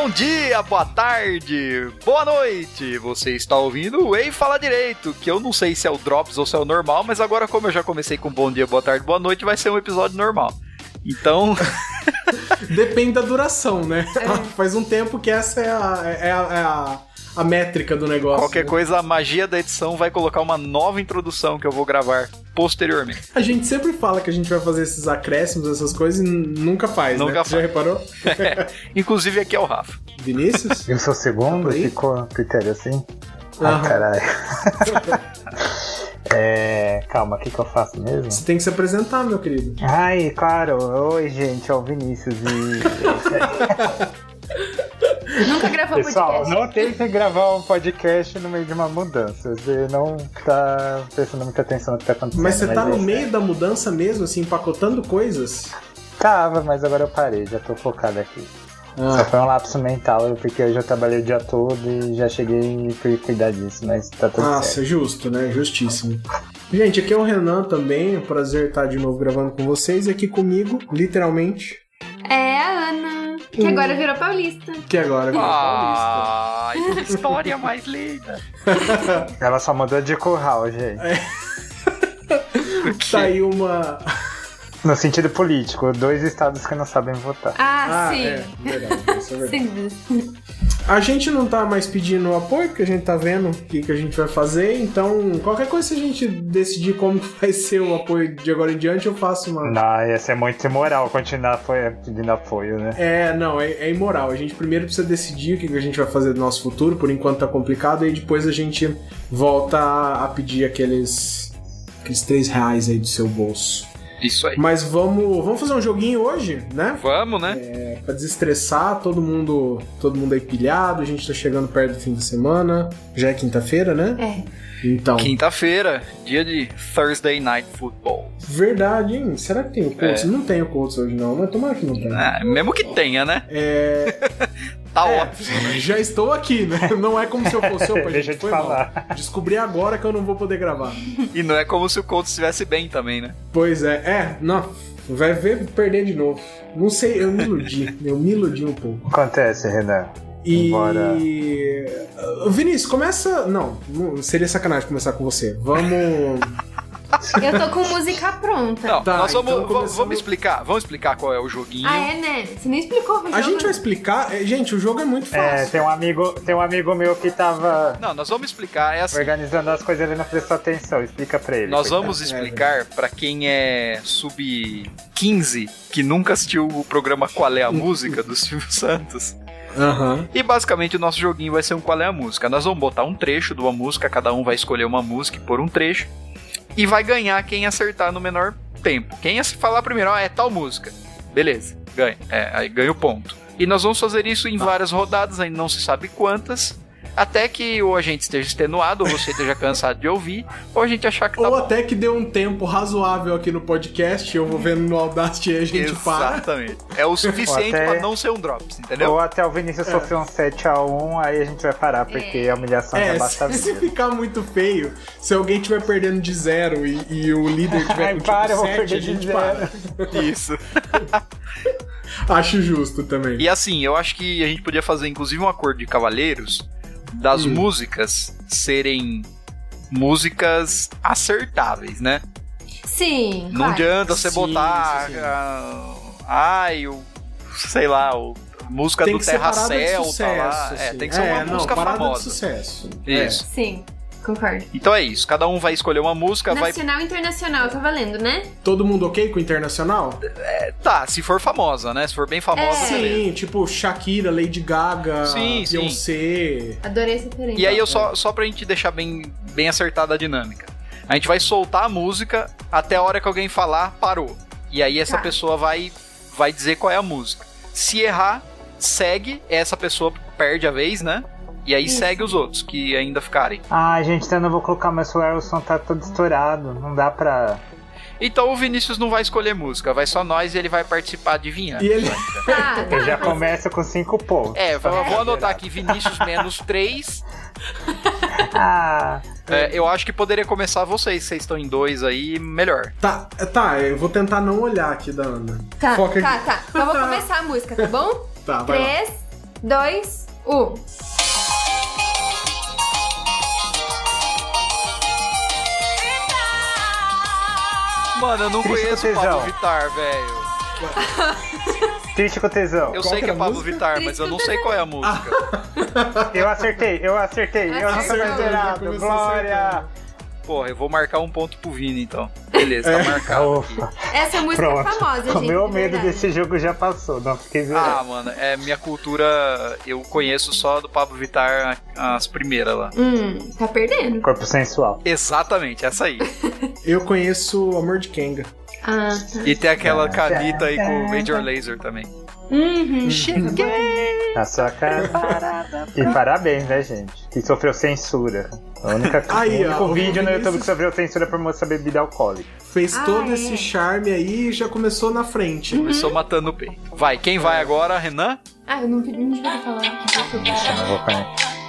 Bom dia, boa tarde, boa noite. Você está ouvindo o Ei Fala Direito, que eu não sei se é o Drops ou se é o normal, mas agora como eu já comecei com bom dia, boa tarde, boa noite, vai ser um episódio normal. Então... Depende da duração, né? Faz um tempo que essa é a métrica do negócio. Qualquer né? coisa, a magia da edição vai colocar uma nova introdução que eu vou gravar posteriormente. A gente sempre fala que a gente vai fazer esses acréscimos, essas coisas, e nunca faz, Nunca né? faz. Já reparou? Inclusive aqui é o Rafa. Vinícius? Eu sou o segundo? Aí? Ficou a critério assim? Aham. Ai, caralho. Calma, o que eu faço mesmo? Você tem que se apresentar, meu querido. Ai, claro. Oi, gente, é o Vinícius Nunca gravou Pessoal, podcast. não tente gravar um podcast no meio de uma mudança. Você não tá prestando muita atenção no que tá acontecendo. Mas você tá no é meio da mudança mesmo, assim, empacotando coisas? Tava, mas agora eu parei, já tô focado aqui. Só foi um lapso mental, porque eu já trabalhei o dia todo e já cheguei e fui cuidar disso, mas tá tudo certo. Nossa, justo, né? Justíssimo. Gente, aqui é o Renan também, é um prazer estar de novo gravando com vocês, e aqui comigo, literalmente, É a Ana, que agora virou paulista. que agora virou paulista. Ai, que história mais linda. Ela só mudou de curral, gente. Tá aí uma... No sentido político, 2 estados que não sabem votar. Sim. É, verdade, isso é verdade. Sim. A gente não tá mais pedindo apoio, porque a gente tá vendo o que a gente vai fazer, então qualquer coisa, se a gente decidir como vai ser o apoio de agora em diante, eu faço uma... Não, ia ser muito imoral continuar pedindo apoio, né? É imoral. A gente primeiro precisa decidir o que a gente vai fazer do nosso futuro, por enquanto tá complicado, e depois a gente volta a pedir aqueles R$3 aí do seu bolso. Isso aí. Mas vamos fazer um joguinho hoje, né? Vamos, né? Pra desestressar, todo mundo aí pilhado, a gente tá chegando perto do fim da semana, já é quinta-feira, né? É. Então, Quinta-feira, dia de Thursday Night Football. verdade, hein? Será que tem o Colts? Não tem o Colts hoje não, né? Tomara que não tenha. Mesmo que tenha, né? Tá óbvio. Já estou aqui, né? Não é como se eu fosse o pai. Deixa eu te Foi falar. mal. Descobri agora que eu não vou poder gravar. E não é como se o Colts estivesse bem também, né? Pois é. Não. Vai ver perder de novo. Não sei, eu me iludi um pouco. Acontece, Renan. E... Embora... Vinícius, começa... Não seria sacanagem começar com você. Vamos... Eu tô com música pronta. Não, Tá, nós vamos, então começamos- Vamos explicar qual é o joguinho. Né? Você nem explicou o jogo. A gente vai explicar... Gente, o jogo é muito fácil. tem um amigo meu que tava Não, nós vamos explicar, é assim. organizando as coisas, ele não prestou atenção. Explica pra ele. Nós coitado. vamos explicar pra quem é sub-15, que nunca assistiu o programa Qual é a Música, do Silvio Santos. Aham. E basicamente o nosso joguinho vai ser um Qual é a Música. Nós vamos botar um trecho de uma música, cada um vai escolher uma música e pôr um trecho. E vai ganhar quem acertar no menor tempo. Quem falar primeiro, é tal música. Beleza, ganha. Aí ganha o ponto. E nós vamos fazer isso em várias rodadas, ainda não se sabe quantas. Até que ou a gente esteja extenuado, ou você esteja cansado de ouvir, ou a gente achar que tá Ou bom. até que deu um tempo razoável aqui no podcast, eu vou vendo no Audacity e a gente para. Exatamente. É o suficiente Ou até- pra não ser um drops, entendeu? Ou até o Vinícius sofreu um 7-1, aí a gente vai parar, porque a humilhação já basta a Se vida. ficar muito feio, se alguém estiver perdendo de 0 e o líder tiver Ai, com tipo para, eu vou 7, perder a gente de para. Isso. Acho justo também. E assim, eu acho que a gente podia fazer inclusive um acordo de cavalheiros das músicas serem músicas acertáveis, né? Sim. Não claro. adianta você Sim, botar sei lá, o música Tem do que ser Terra parada de Celta sucesso, lá. assim. Tem que ser uma música parada famosa. de sucesso. Isso. Sim, concordo. Então é isso, cada um vai escolher uma música, Nacional e internacional, tá valendo, né? Todo mundo ok com o internacional? Tá, se for famosa, né? Se for bem famosa, beleza. Sim, tipo Shakira, Lady Gaga, Sim, sim. Beyoncé. Adorei essa referência. E aí eu só pra gente deixar bem acertada a dinâmica. A gente vai soltar a música até a hora que alguém falar, parou. E aí essa Tá. pessoa vai dizer qual é a música. Se errar, segue, essa pessoa perde a vez, né? E aí segue os outros que ainda ficarem. Ah, gente, então eu não vou colocar meu celular, o som tá todo estourado. Não dá pra... Então o Vinícius não vai escolher música, vai só nós e ele vai participar adivinhando. E ele... Tá, Eu já mas- começo com 5 pontos. Vou anotar aqui Vinícius menos 3. Ah, Eu acho que poderia começar vocês estão em 2 aí, melhor. Tá, eu vou tentar não olhar aqui da Ana. Tá, Foca aqui. tá. Então vou começar a música, tá bom? Tá, vai lá. 3, 2, 1. Mano, eu não conheço o Pablo Vittar, velho. Triste com tesão. Eu sei que é Pablo Vittar, mas eu não sei qual é a música. Eu acertei. Eu não tô mais zerado. Glória! Porra, eu vou marcar um ponto pro Vini, então. Beleza, tá marcado aqui. Essa música é famosa, gente. O meu medo verdade. desse jogo já passou, não fiquei zerado. Ah, mano, é minha cultura. Eu conheço só do Pablo Vittar as primeiras lá. Tá perdendo. Corpo sensual. Exatamente, essa aí. Eu conheço Amor de Kenga. Ah, tá. E tem aquela canita aí com o Major Lazer também. Na sua cara. E parabéns, né, gente? Que sofreu censura. O único vídeo no YouTube que sofreu censura por mostrar bebida alcoólica. Fez todo esse charme aí e já começou na frente. Começou matando o peito. Vai, quem vai agora? Renan? Ah, eu não devia falar. Eu vou falar.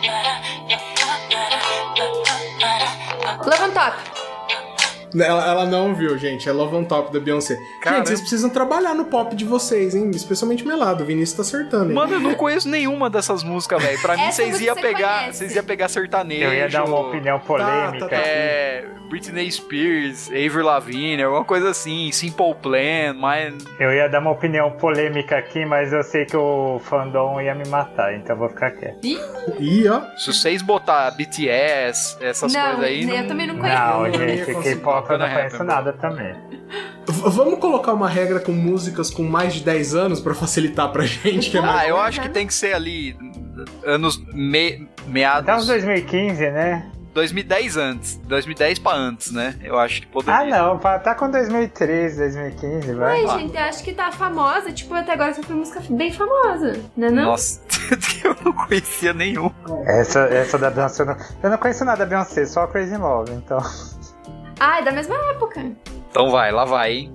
Love on Top. Ela não viu, gente. É Love on Top da Beyoncé. Caramba. Gente, vocês precisam trabalhar no pop de vocês, hein? Especialmente o Melado. O Vinícius tá acertando, hein? Mano, eu não conheço nenhuma dessas músicas, velho. Pra mim, Essa vocês iam música você pegar, conhece. vocês iam pegar sertanejo. Eu ia dar uma opinião polêmica. Britney Spears, Avril Lavigne, alguma coisa assim, Simple Plan, mas... Eu ia dar uma opinião polêmica aqui, mas eu sei que o fandom ia me matar, então eu vou ficar quieto. Ih, ó. Se vocês botar BTS, essas coisas aí... eu também não conheço. Não, não ia gente, conseguir. K-pop eu não Rap, conheço nada também. Vamos colocar uma regra com músicas com mais de 10 anos pra facilitar pra gente, que é mais... eu acho que tem que ser ali anos meados... Até uns 2015, né? 2010 antes. 2010 pra antes, né? Eu acho que poderia. Ah, não, tá com 2013, 2015, vai. Ai, gente, eu acho que tá famosa. Tipo, até agora só foi música bem famosa, né? Não? Nossa, eu não conhecia nenhum. Essa da Beyoncé, eu não conheço nada da Beyoncé, só a Crazy Love, então... Ah, é da mesma época. Então vai, lá vai, hein?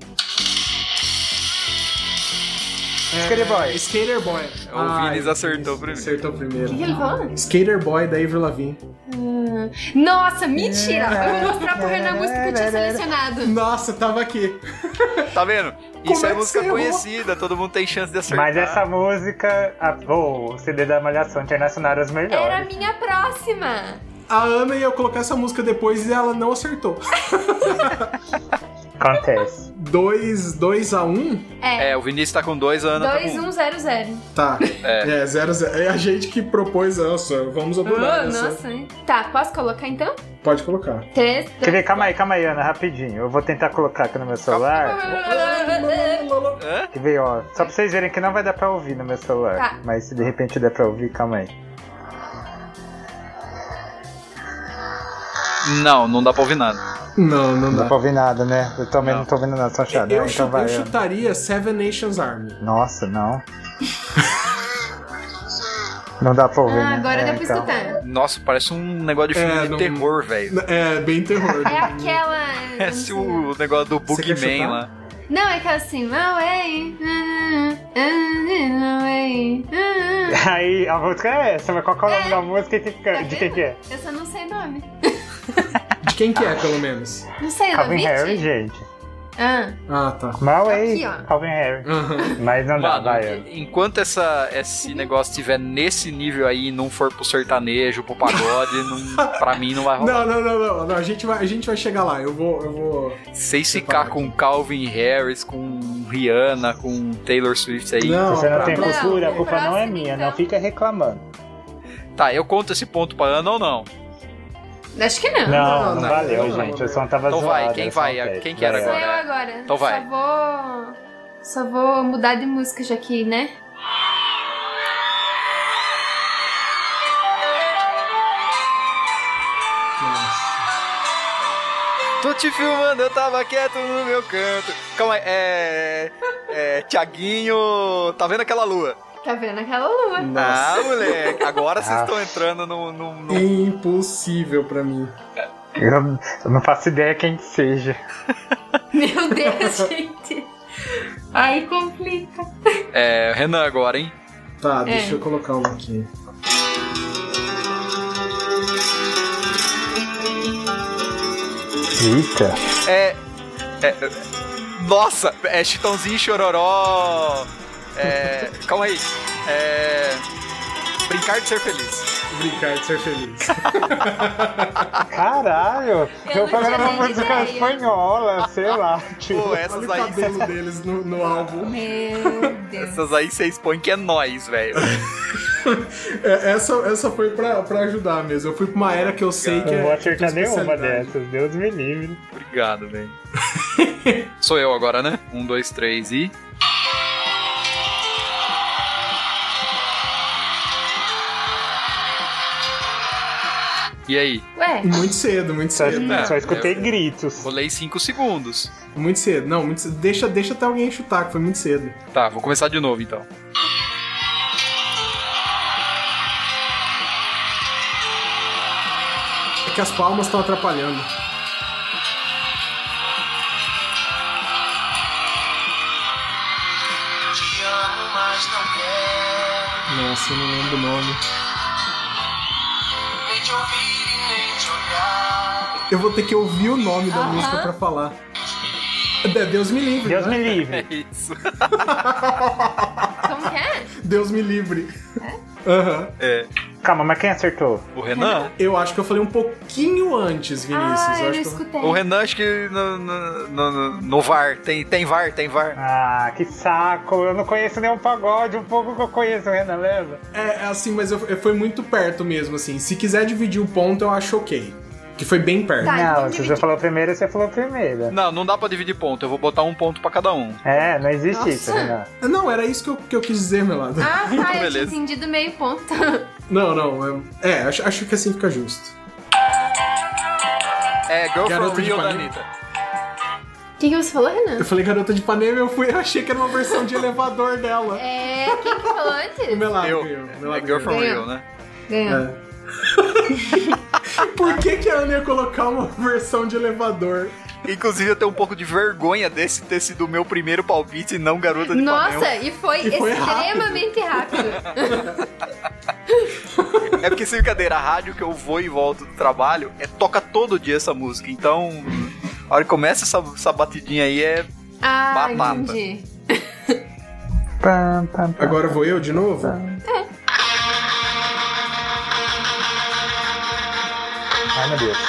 Skater Boy. Skater Boy. O Vinícius acertou primeiro. Acertou primeiro. O que ele falou? Skater Boy da Avril Lavigne. Nossa, mentira! Eu vou mostrar pro Renan a música que eu tinha selecionado. Nossa, tava aqui. Tá vendo? Isso Como é é que música você errou? conhecida, todo mundo tem chance de acertar. Mas essa música, o CD da Malhação Internacional era os melhores. Era a minha próxima. A Ana ia colocar essa música depois e ela não acertou. Acontece. 2-1? É, o Vinícius tá com 2 anos. 2100. Tá. É 0-0. É a gente que propôs essa. Vamos adorar essa. Nossa, hein? Tá, posso colocar então? Pode colocar. 3, Quer ver? Calma aí, Ana, rapidinho. Eu vou tentar colocar aqui no meu celular. Quer ver, ó. Só pra vocês verem que não vai dar pra ouvir no meu celular. Tá. Mas se de repente der pra ouvir, calma aí. Não dá pra ouvir nada. Não Não dá. dá pra ouvir nada, né? Eu também não tô ouvindo nada, só chato. Eu Então vai, Ana. chutaria Seven Nations Army. Nossa, não. Não dá pra ouvir, né? agora dá pra então. escutar. Nossa, parece um negócio de filme de não- terror, velho. É, bem terror. É aquela. Parece o negócio do Você quer Boogeyman chutar? lá. Não, é aquela assim. Away. Away. Aí, a música é essa, mas qual que é o nome da música? De quem que é? Eu só não sei o nome. De quem que é, pelo menos? Não sei, é Calvin David? Harris, gente. Ah, tá. Mal aí, Aqui, ó. Calvin Harris. Aham. Mas não dá, Mano, vai, Ana. enquanto esse negócio estiver nesse nível aí e não for pro sertanejo, pro pagode, pra mim não vai rolar. Não. A gente vai chegar lá. Eu vou. Vocês ficar com Calvin Harris, com Rihanna, com Taylor Swift aí. Não, Se você não pra- tem Não, cultura, a culpa não é próximo, minha, então. não fica reclamando. Tá, eu conto esse ponto pra Ana ou não? Acho que não. Não não, valeu, não, gente. não. O som tava Então zoado. vai, quem é só vai? um teste. Quem que era Vai, Sou agora? eu agora. Então vai. Só vou mudar de música já que, né? Tô te filmando, eu tava quieto no meu canto. Calma aí, Tiaguinho, tá vendo aquela lua? Tá vendo aquela lua? Ah, moleque, agora vocês estão entrando no... Impossível pra mim. Eu não faço ideia quem que seja. Meu Deus, gente. Aí complica. Renan agora, hein? Tá, deixa eu colocar uma aqui. Eita. Nossa, Chitãozinho e Chororó. Calma aí. Brincar de ser feliz. Brincar de ser feliz. Caralho, eu falei uma música ideia. espanhola, sei lá. Tipo. Pô, essas Olha o aí. cabelo deles no álbum. Meu Deus. Essas aí você expõe que é nós, velho. Essa foi pra ajudar mesmo. Eu fui pra uma era que eu sei que Não é. vou acertar que é nenhuma especialidade. dessas, Deus me livre. Obrigado, velho. Sou eu agora, né? 1, 2, 3 e... E aí? Ué, Muito cedo, muito Só, cedo. É, só escutei é. gritos. Rolei 5 segundos. Muito cedo. Não, muito cedo. Deixa até alguém chutar, que foi muito cedo. Tá, vou começar de novo então. É que as palmas estão atrapalhando. Te amo, mas não quero Nossa, eu não lembro o nome. nem te ouvir e nem te olhar. Eu vou ter que ouvir o nome da Aham. música pra falar. Deus me livre. Deus né? me É livre. isso. como que é? Deus me livre. Aham. É. Calma, mas quem acertou? O Renan? Eu acho que eu falei um pouquinho antes, Vinícius. Ah, eu acho não que escutei. O Renan, acho que no VAR. Tem VAR, tem VAR. Ah, que saco. Eu não conheço nenhum pagode. Um pouco que eu conheço, Renan, leva. É assim, mas foi muito perto mesmo, assim. Se quiser dividir o ponto, eu acho ok. Que foi bem perto. Tá. então Não, se você dividir. falou primeiro, você falou primeiro. Não dá pra dividir ponto. Eu vou botar um ponto pra cada um. É, não existe isso, Nossa. Renan. Não, era isso que eu quis dizer, meu lado. Ah, tá, eu tinha Beleza. entendido meio ponto. Não. Acho que assim fica justo. É Girl Garota from de Rio da Ipanema. Anitta. O que você falou, Renan? Eu falei Garota de Ipanema eu achei que era uma versão de elevador dela. É, quem que falou antes? O Melado Eu. ganhou. É Melado Girl from ganhou. Rio, né? Ganhou. É. Por que a Ana ia colocar uma versão de elevador? Inclusive, eu tenho um pouco de vergonha desse ter sido o meu primeiro palpite e não Garota de Ipanema. Nossa, e foi extremamente rápido. É porque, sem brincadeira, a rádio que eu vou e volto do trabalho toca todo dia essa música. Então, a hora que começa essa batidinha aí é... Ah, Batata. entendi. Pam, pam, pam. Agora vou eu de novo? Ai, meu Deus.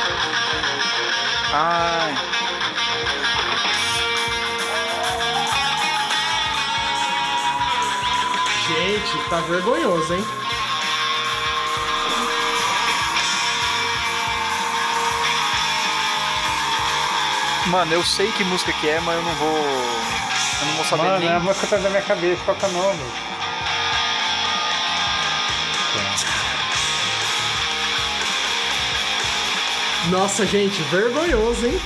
Ai... Gente, tá vergonhoso, hein? Mano, eu sei que música que é, mas eu não vou saber Mano, nem... a música tá na minha cabeça, qual que é o nome? Nossa, gente, vergonhoso, hein?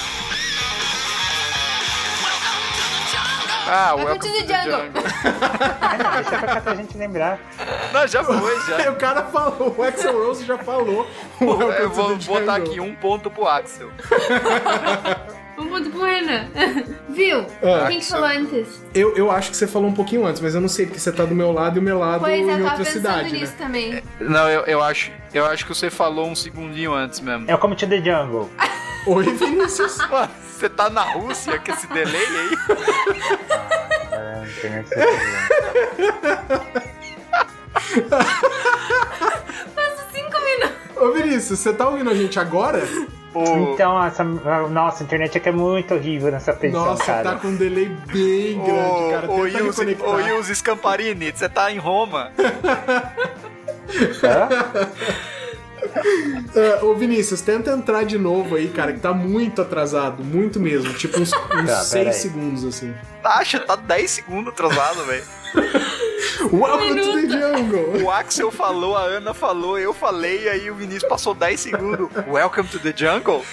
Ah, Welcome to the Jungle. Ah, não, deixa pra cá pra gente lembrar. Não, já foi, já. O cara falou, o Axl Rose já falou. Welcome Eu to vou the botar Jungle. aqui um ponto pro Axel. Um ponto pro Renan. Viu? Quem que falou antes? Eu acho que você falou um pouquinho antes, mas eu não sei porque você tá do meu lado e o meu lado Pois é, em eu tava outra pensando cidade, nisso né? também. Não, eu acho que você falou um segundinho antes mesmo. É o Come to the Jungle. Oi, Vinícius. Mano, você tá na Rússia com esse delay aí? Ah, não tem nem o que você fazer. Passa 5 minutos. Ô, Vinícius, você tá ouvindo a gente agora? Então, nossa, a internet aqui é muito horrível nessa pensão, Nossa, cara. tá com um delay bem grande, cara. Ô, Tenta reconectar. Yus Scamparini, você tá em Roma. Ô, Vinícius, tenta entrar de novo aí, cara, que tá muito atrasado. Muito mesmo. Tipo uns Tá, 6 peraí. segundos, assim. Acha, tá 10 segundos atrasado, velho. Welcome to the Jungle. O Axel falou, a Ana falou, eu falei, aí o Vinícius passou 10 segundos. Welcome to the Jungle?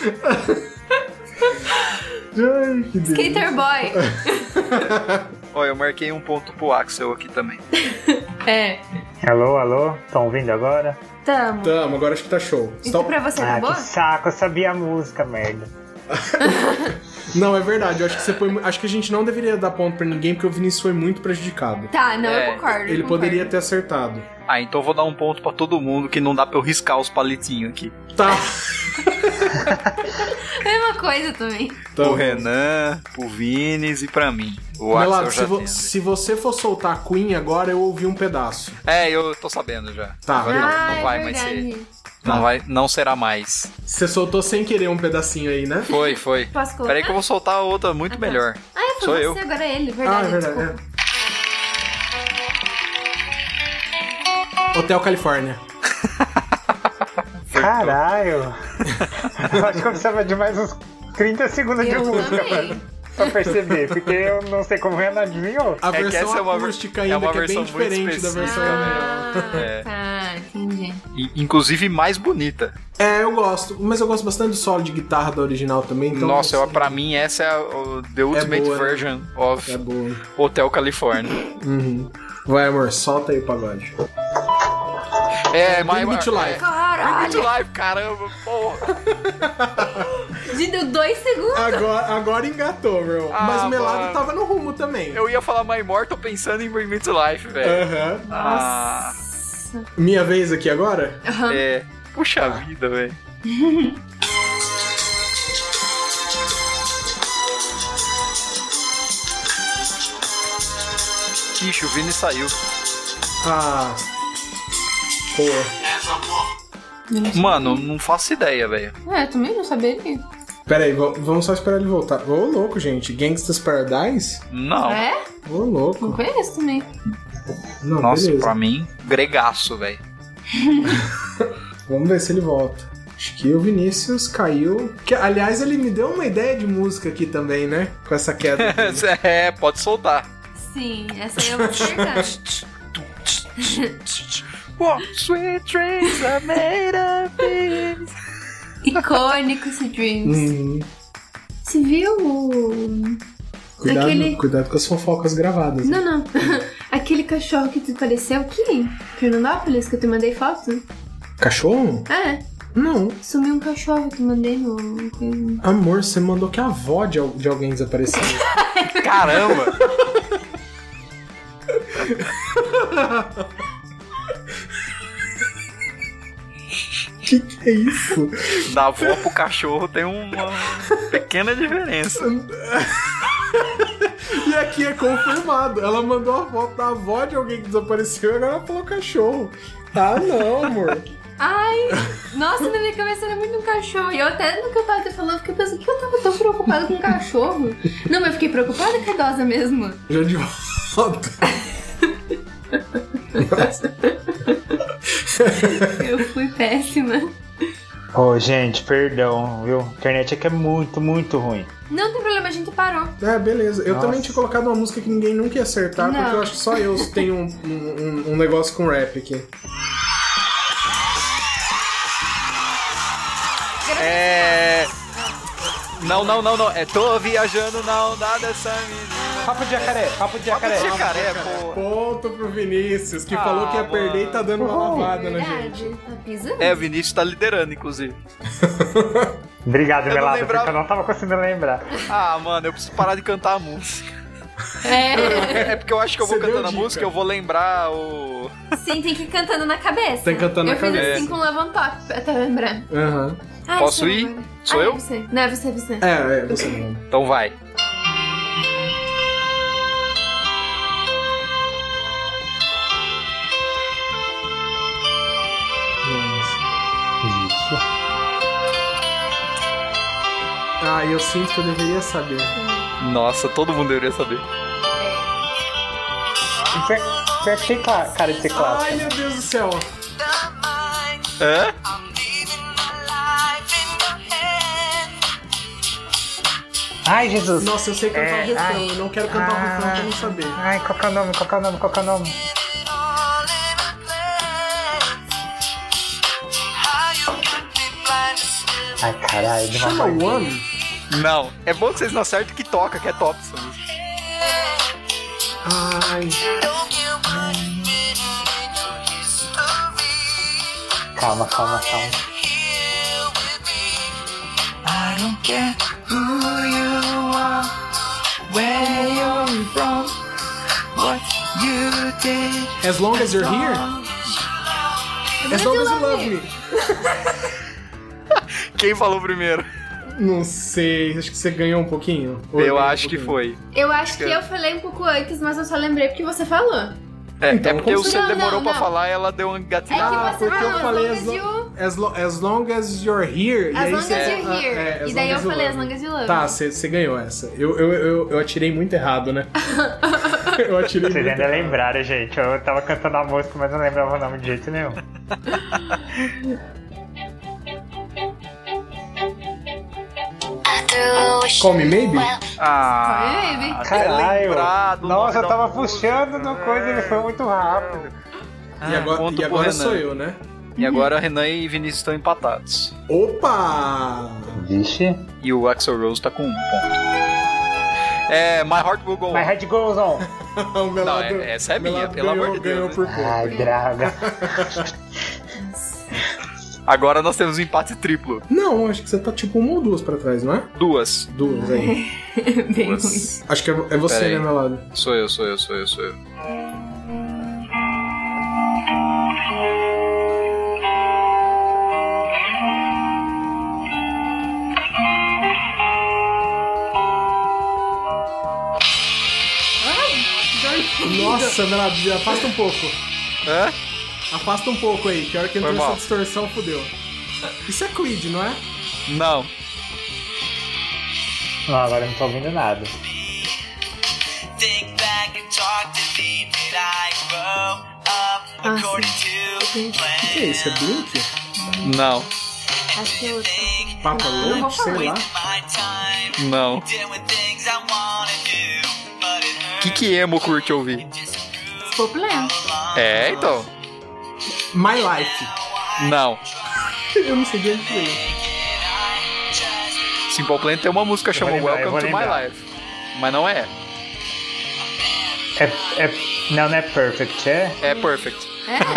Ai, que delícia. Skater Boy. Ó, eu marquei um ponto pro Axel aqui também. É. Alô? Estão ouvindo agora? Tamo. Tamo, agora acho que tá show. Isso pra você, Ah, acabou? que saco, eu sabia a música, merda. Não, é verdade. Eu acho que você foi. Acho que a gente não deveria dar ponto pra ninguém, porque o Vinícius foi muito prejudicado. Tá, não, É, eu concordo. Ele poderia ter acertado. Ah, então eu vou dar um ponto pra todo mundo, que não dá pra eu riscar os palitinhos aqui. Tá. Mesma coisa também. Então, Pro Renan, pro Vinícius e pra mim. O Axl Melado, já tem. se você for soltar Queen agora, eu ouvi um pedaço. Eu tô sabendo já. Tá, Agora não vai mais ser. Não será mais. Você soltou sem querer um pedacinho aí, né? Foi. Posso colocar? Peraí que eu vou soltar outra muito melhor. Sou Foi eu. você, agora é ele. Verdade, É verdade. desculpa. Hotel Califórnia. Caralho! Eu acho que eu precisava de mais uns 30 segundos de Eu música também. pra perceber, porque eu não sei como o Renan adivinhou. A que versão essa é uma acústica é ainda, uma que é bem versão muito diferente da versão específica, original. Tá, entendi. Inclusive mais bonita. Eu gosto, mas eu gosto bastante do solo de guitarra da original também. Então, Nossa, assim, pra mim essa é the ultimate boa, né? version of É boa. Hotel California. Uhum. Vai, amor, solta aí o pagode. Bring Me to Life. Bring Me to Caralho! Life, caramba, porra. Deu 2 segundos. Agora engatou, meu. Mas o Melado mano. tava no rumo também. Eu ia falar My Immortal pensando em Bring Me to Life, velho. Aham. Ah, Minha vez aqui agora? puxa vida, velho. Ixi, o Vini saiu. Pô. Mano, não faço ideia, velho. Também não saberia. Pera aí, vamos só esperar ele voltar. Ô, louco, gente. Gangsta's Paradise? Não. É? Ô, louco. Não conheço também. Não, Nossa, beleza. pra mim, gregaço, velho. Vamos ver se ele volta. Acho que o Vinícius caiu. Que, aliás, ele me deu uma ideia de música aqui também, né? Com essa queda. Pode soltar. Sim, essa aí eu vou acertar. What sweet dreams are made of this. Icônico esse Dreams. Você viu o... Cuidado com as fofocas gravadas. Né? Não. Aquele cachorro que te apareceu aqui em Fernandópolis, que eu te mandei foto? Cachorro? Não. Sumiu um cachorro que eu mandei no... Amor, você mandou que a avó de alguém desapareceu. Caramba! Que é isso? Da avó pro cachorro tem uma pequena diferença. E aqui é confirmado. Ela mandou a foto da avó de alguém que desapareceu e agora ela falou cachorro. Não, amor. Ai, nossa, na minha cabeça era muito um cachorro. E eu até no que eu tava te falando, fiquei pensando que eu tava tão preocupada com o cachorro. Não, mas eu fiquei preocupada com a idosa mesmo. Já de volta. Eu fui péssima. Gente, perdão, viu? A internet aqui é muito, muito ruim. Não tem problema, a gente parou. Beleza. Eu Nossa. também tinha colocado uma música que ninguém nunca ia acertar, Não. porque eu acho que só eu tenho um negócio com rap aqui. Não. Tô viajando na onda dessa menina. Papo de jacaré. Jacaré, pô. Ponto pro Vinícius, que falou que ia perder e tá dando uma lavada na gente. Verdade, tá pisando. O Vinícius tá liderando, inclusive. Obrigado, Eu não Melado, lembrava. porque eu não tava conseguindo lembrar. Mano, eu preciso parar de cantar a música. É. É porque eu acho que eu vou Você deu cantando a dica. música, eu vou lembrar o... Sim, tem que ir cantando na cabeça. Tem que cantar na eu cabeça. fiz assim com o Levantoque, até lembrar. Aham. Posso sou ir? agora. Sou eu? É você. Não, é você. É você não. Então vai. Eu sinto que eu deveria saber. Nossa, todo mundo deveria saber. Pior que tem cara de teclado. Ai, meu Deus do céu. Hã? Ai, Jesus. Nossa, eu sei cantar o refrão. Eu não quero cantar o refrão pra não saber. Ai, qual que é o nome? Ai, caralho, de uma Chama voz. One? Não. É bom que vocês não acertem que toca, que é top essa música. Ai. Calma. I don't care who you are, where you're from, what you did. As long as you're here? As long as you love me. Quem falou primeiro? Não sei, acho que você ganhou um pouquinho. Eu acho que foi. Eu acho que eu falei um pouco antes, mas eu só lembrei porque você falou. Então, é porque você Não, demorou pra não. falar e ela deu um É gatilho. que você porque eu falou falei as long as you... as long as you're here. As long as you're here. E daí eu falei as long as you love. Tá, você ganhou essa. Eu atirei muito errado, né? Eu atirei Vocês muito ainda errado. lembraram, gente. Eu tava cantando a música, mas não lembrava o nome de jeito nenhum. Call Me Maybe? Ah, Caralho. lembrado. Nossa, eu Não, tava não. puxando no coisa, ele foi muito rápido. Ponto E pro agora Renan. sou eu, né? E agora Renan e Vinícius estão empatados. Opa! Vixe. E o Axl Rose tá com 1 ponto. My Heart Will Go On. My head goes on. O meu Não, lado- essa é meu minha, lado pelo amor de ganhou Deus, por pouco. Ai, droga. Agora nós temos um empate triplo. Não, acho que você tá tipo 1 ou 2 pra trás, não é? 2. 2 aí. Bem ruim. Acho que é você, Pera aí. né, meu lado? Sou eu. Nossa, meu lado, afasta um pouco. Hã? Afasta um pouco aí, que a hora que entrou Foi mal. essa distorção, fodeu. Isso é Creed, não é? Não. Não, agora eu não tô ouvindo nada. Think back and talk to me. Did I grow up according to plan? O que é isso? É Blink? Não. Acho que eu... Papa não vou Roach? Sei falar. lá. My time Não. doing things I wanna do, but it hurts. Que emo curte ouvir? Problema. É, então. My Life. Não. Eu não sei de onde veio. Simple Plan tem uma música chamada lembrar, eu Welcome vou to My lembrar. Life. Mas não é. Não é Perfect, é? É Perfect.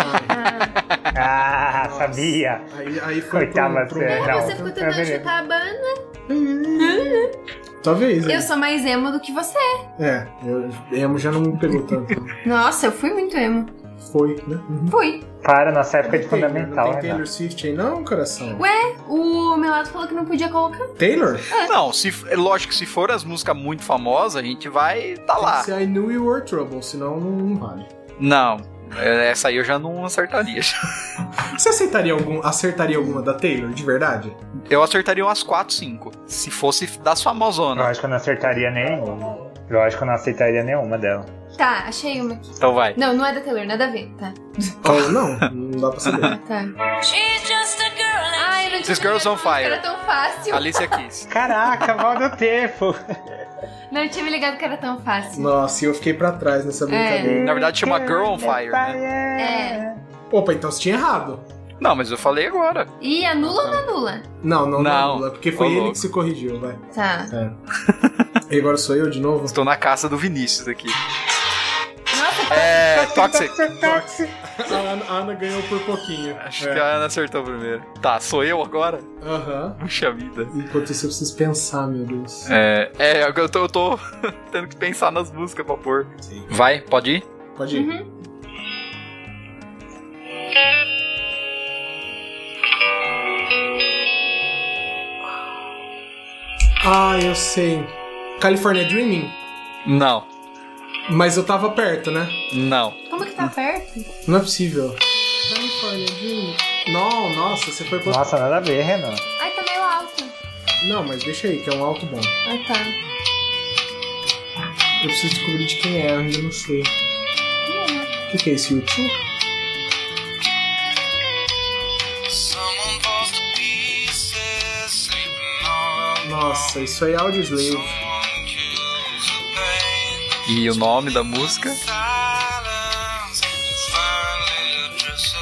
Ah, sabia. Aí foi Coitada, pro... você. Não, Você ficou é tentando beleza. chutar a banda. Talvez, Eu sou mais emo do que você. Emo já não me pegou tanto. Nossa, eu fui muito emo. Foi, né? Fui. Para, nossa época de Taylor, fundamental, não tem né? Taylor Swift aí não, coração? Ué, o meu lado falou que não podia colocar. Taylor? Não, é lógico que se for as músicas muito famosas, a gente vai tá lá. Se I Knew You Were Trouble, senão não vale. Não, essa aí eu já não acertaria. Você acertaria alguma da Taylor, de verdade? Eu acertaria umas 4, 5. Se fosse das Eu famosonas. acho que eu não acertaria nenhuma. Eu acho que eu não aceitaria nenhuma dela. Tá, achei uma aqui. Então vai. Não, não é da Taylor, nada a ver, tá? Ou não dá pra saber. Tá. She's just a girl and Ai, eu não tinha These Girls on ligado que Fire. era tão fácil. Alicia Keys. Caraca, mal do tempo. Não, eu tinha me ligado que era tão fácil. Nossa, e eu fiquei pra trás nessa brincadeira. Na verdade chama Girl on Fire, né? É. Opa, então você tinha errado. Não, mas eu falei agora. E anula ou não anula? Não, porque foi Ô, ele louco. que se corrigiu, vai. Tá. E agora sou eu de novo? Estou na caça do Vinícius aqui. Nossa, Toxic. A Ana ganhou por pouquinho. Acho que a Ana acertou primeiro. Tá, sou eu agora? Aham. Puxa vida. Enquanto isso eu preciso pensar, meu Deus. Eu tô tendo que pensar nas músicas pra pôr. Vai, pode ir? Pode ir. Ah, eu sei. California Dreaming? Não, Mas eu tava perto, né? não. como que tá perto? Não é possível. California Dreaming. Não, nossa, você foi pra... Nossa, nada a ver, Renan. Ai, tá meio alto. Não, mas deixa aí, que é um alto bom. Ah, tá. Eu preciso descobrir de quem é, eu ainda não sei. O que é esse YouTube? someone falls to pieces, sleeping all Nossa, isso aí é Audioslave. alone, kills the pain. E o nome da música? Silence, finally drifts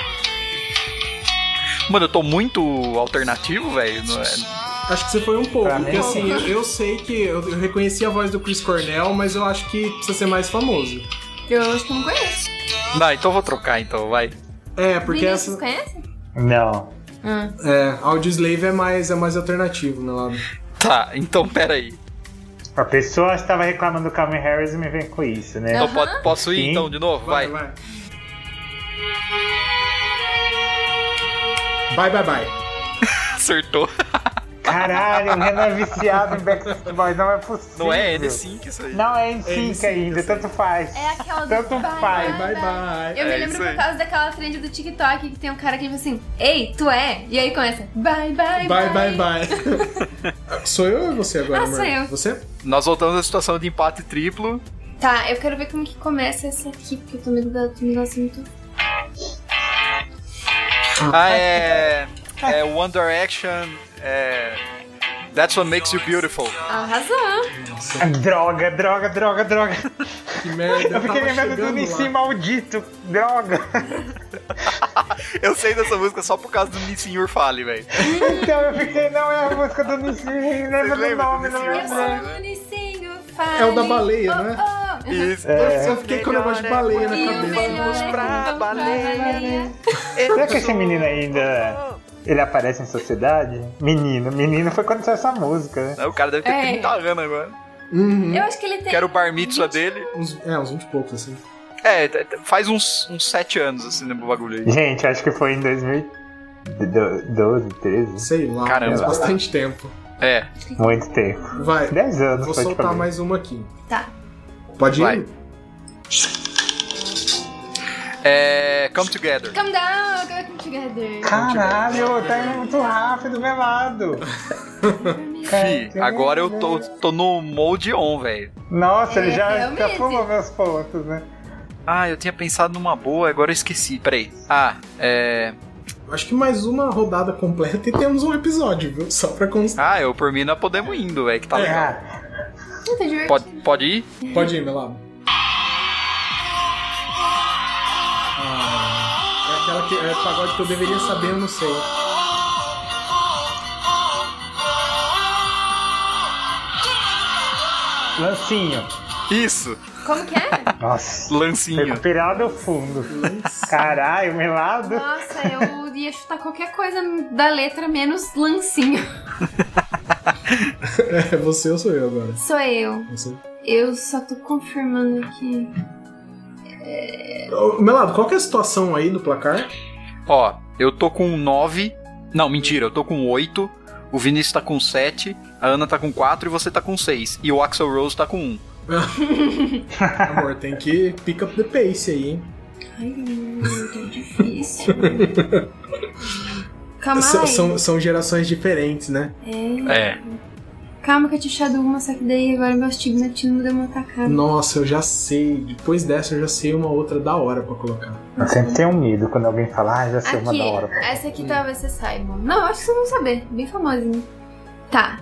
away. Mano, eu tô muito alternativo, velho. Não é- Acho que você foi um pouco, Pra porque mim, assim, eu sei que eu reconheci a voz do Chris Cornell, mas eu acho que precisa ser mais famoso. Eu acho que eu não conheço. Não, então eu vou trocar, então, vai. É, porque Vinícius, essa. conhece? Não. Audioslave é mais alternativo, meu lado. Tá, então pera aí. A pessoa estava reclamando do Calvin Harris e me vem com isso, né? Então posso ir Sim. então de novo? Vai. Vai. Acertou. Caralho, o Renan é viciado em Backstreet Boys, não é possível. Não é N5 isso aí. Não é N5 ainda, tanto faz. É aquela do Tanto faz. Bye, bye. Eu me É lembro isso por aí. causa daquela trend do TikTok que tem um cara que diz assim, ei, tu é? E aí começa, bye, bye, Bye, bye, bye. Sou eu ou é você agora, amor? sou eu. Você? Nós voltamos à situação de empate triplo. Tá, eu quero ver como que começa essa aqui, porque eu tô medo da negócio muito... É One Direction, That's What Makes You Beautiful. Arrasou. Droga. Que merda. Eu fiquei tava lembrando do chegando Nissin lá. maldito. Droga. Eu sei dessa música só por causa do Nissin Urfale, velho. Então eu fiquei, não é a música do Nissin, lembra do lembram nome, do não Nissin Eu lembro. Urfale? sou o Unicinho, fale. É o da baleia, né? Isso. Eu fiquei com o negócio de baleia na E o cabeça. melhor é pra quando baleia. Será que esse menino ainda... Ele aparece em sociedade? Menino foi quando saiu essa música, né? O cara deve ter É. 30 anos agora. Uhum. Eu acho que ele tem... Quero o bar mitzvah dele. Uns 20 e poucos, assim. Faz uns 7 anos, assim, no bagulho aí. Gente, acho que foi em 2012, 13. Sei lá, Caramba. faz bastante tempo. É. Muito tempo. Vai, 10 anos, vou pode soltar falar. mais uma aqui. Tá. Pode ir? Vai. Come Together. Come down, come together. Caralho, tá indo muito rápido, melado. Fi, agora eu tô no mode on, velho. Nossa, ele já realmente. pulou meus pontos, né? Ah, eu tinha pensado numa boa, agora eu esqueci. Peraí. Acho que mais uma rodada completa e temos um episódio, viu? Só pra constar. Eu por mim nós podemos indo, velho, que tá legal. Ah, Não tá divertido. Pode ir? Pode ir, Melado. É aquela que é pagode que eu deveria saber, eu não sei. Lancinho. Isso, Como que é? Nossa. lancinho. Recuperado ao fundo. Caralho, melado. Nossa, eu ia chutar qualquer coisa da letra menos lancinho. É você ou sou eu agora? Sou eu. Você. Eu só tô confirmando aqui. Ô, Melado, qual que é a situação aí do placar? Ó, eu tô com 9. Não, mentira, eu tô com 8. O Vinícius tá com 7. A Ana tá com 4 e você tá com 6. E o Axl Rose tá com 1. Amor, tem que pick up the pace aí, hein? Ai, tá difícil. Calma aí. São gerações diferentes, né? É. Calma que eu tinha achado uma, só que daí agora meu astigmatismo deu uma atacada. Nossa, eu já sei. Depois dessa eu já sei uma outra da hora pra colocar. Eu sempre tenho medo quando alguém fala, já sei uma Aqui, da hora. essa aqui talvez vocês saibam. Não, eu acho que vocês vão saber. Bem famosinha. Tá.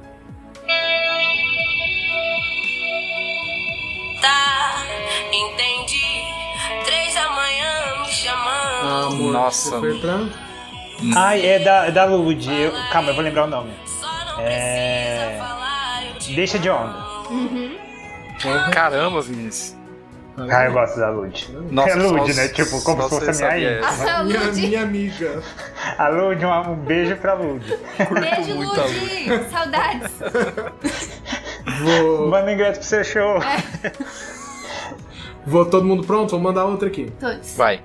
Tá, entendi. 3 da manhã me chamando. Ah, amor, Nossa. você foi pra... Ai, é da Lud. Calma, eu vou lembrar o nome. Só não precisa falar, eu te Deixa de onda. Caramba, Vinícius. Ah, eu gosto da Lud. Nossa, É Lud, só- né? Tipo, como só se fosse você a minha sabia íntima. A Lud. Minha amiga. A Lud, um beijo pra Lud. Beijo, muito a Lud. Saudades. Manda ingresso pro seu show. Vou todo mundo pronto? Vou mandar outra aqui. Todos. Vai.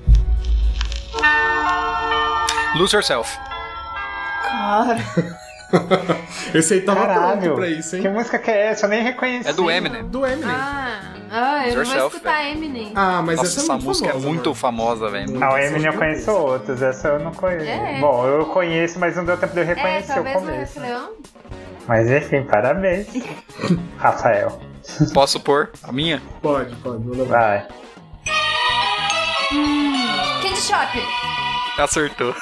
Lose Yourself. Cara. Esse aí tava pronto Caralho, pra isso, que hein? música que é essa? Eu nem reconheci. É do Eminem. Do Eminem. Eu não vou Yourself, escutar Eminem. Ah, mas Nossa, essa é essa muito música famosa, é muito mano. famosa, velho. Não, a Eminem eu conheço outras, essa eu não conheço. É. Bom, eu conheço, mas não deu tempo de eu reconhecer o talvez no começo. refrão. Mas enfim, parabéns, Rafael. Posso pôr a minha? Pode, vou levar. Vai. Candy Shop. Acertou.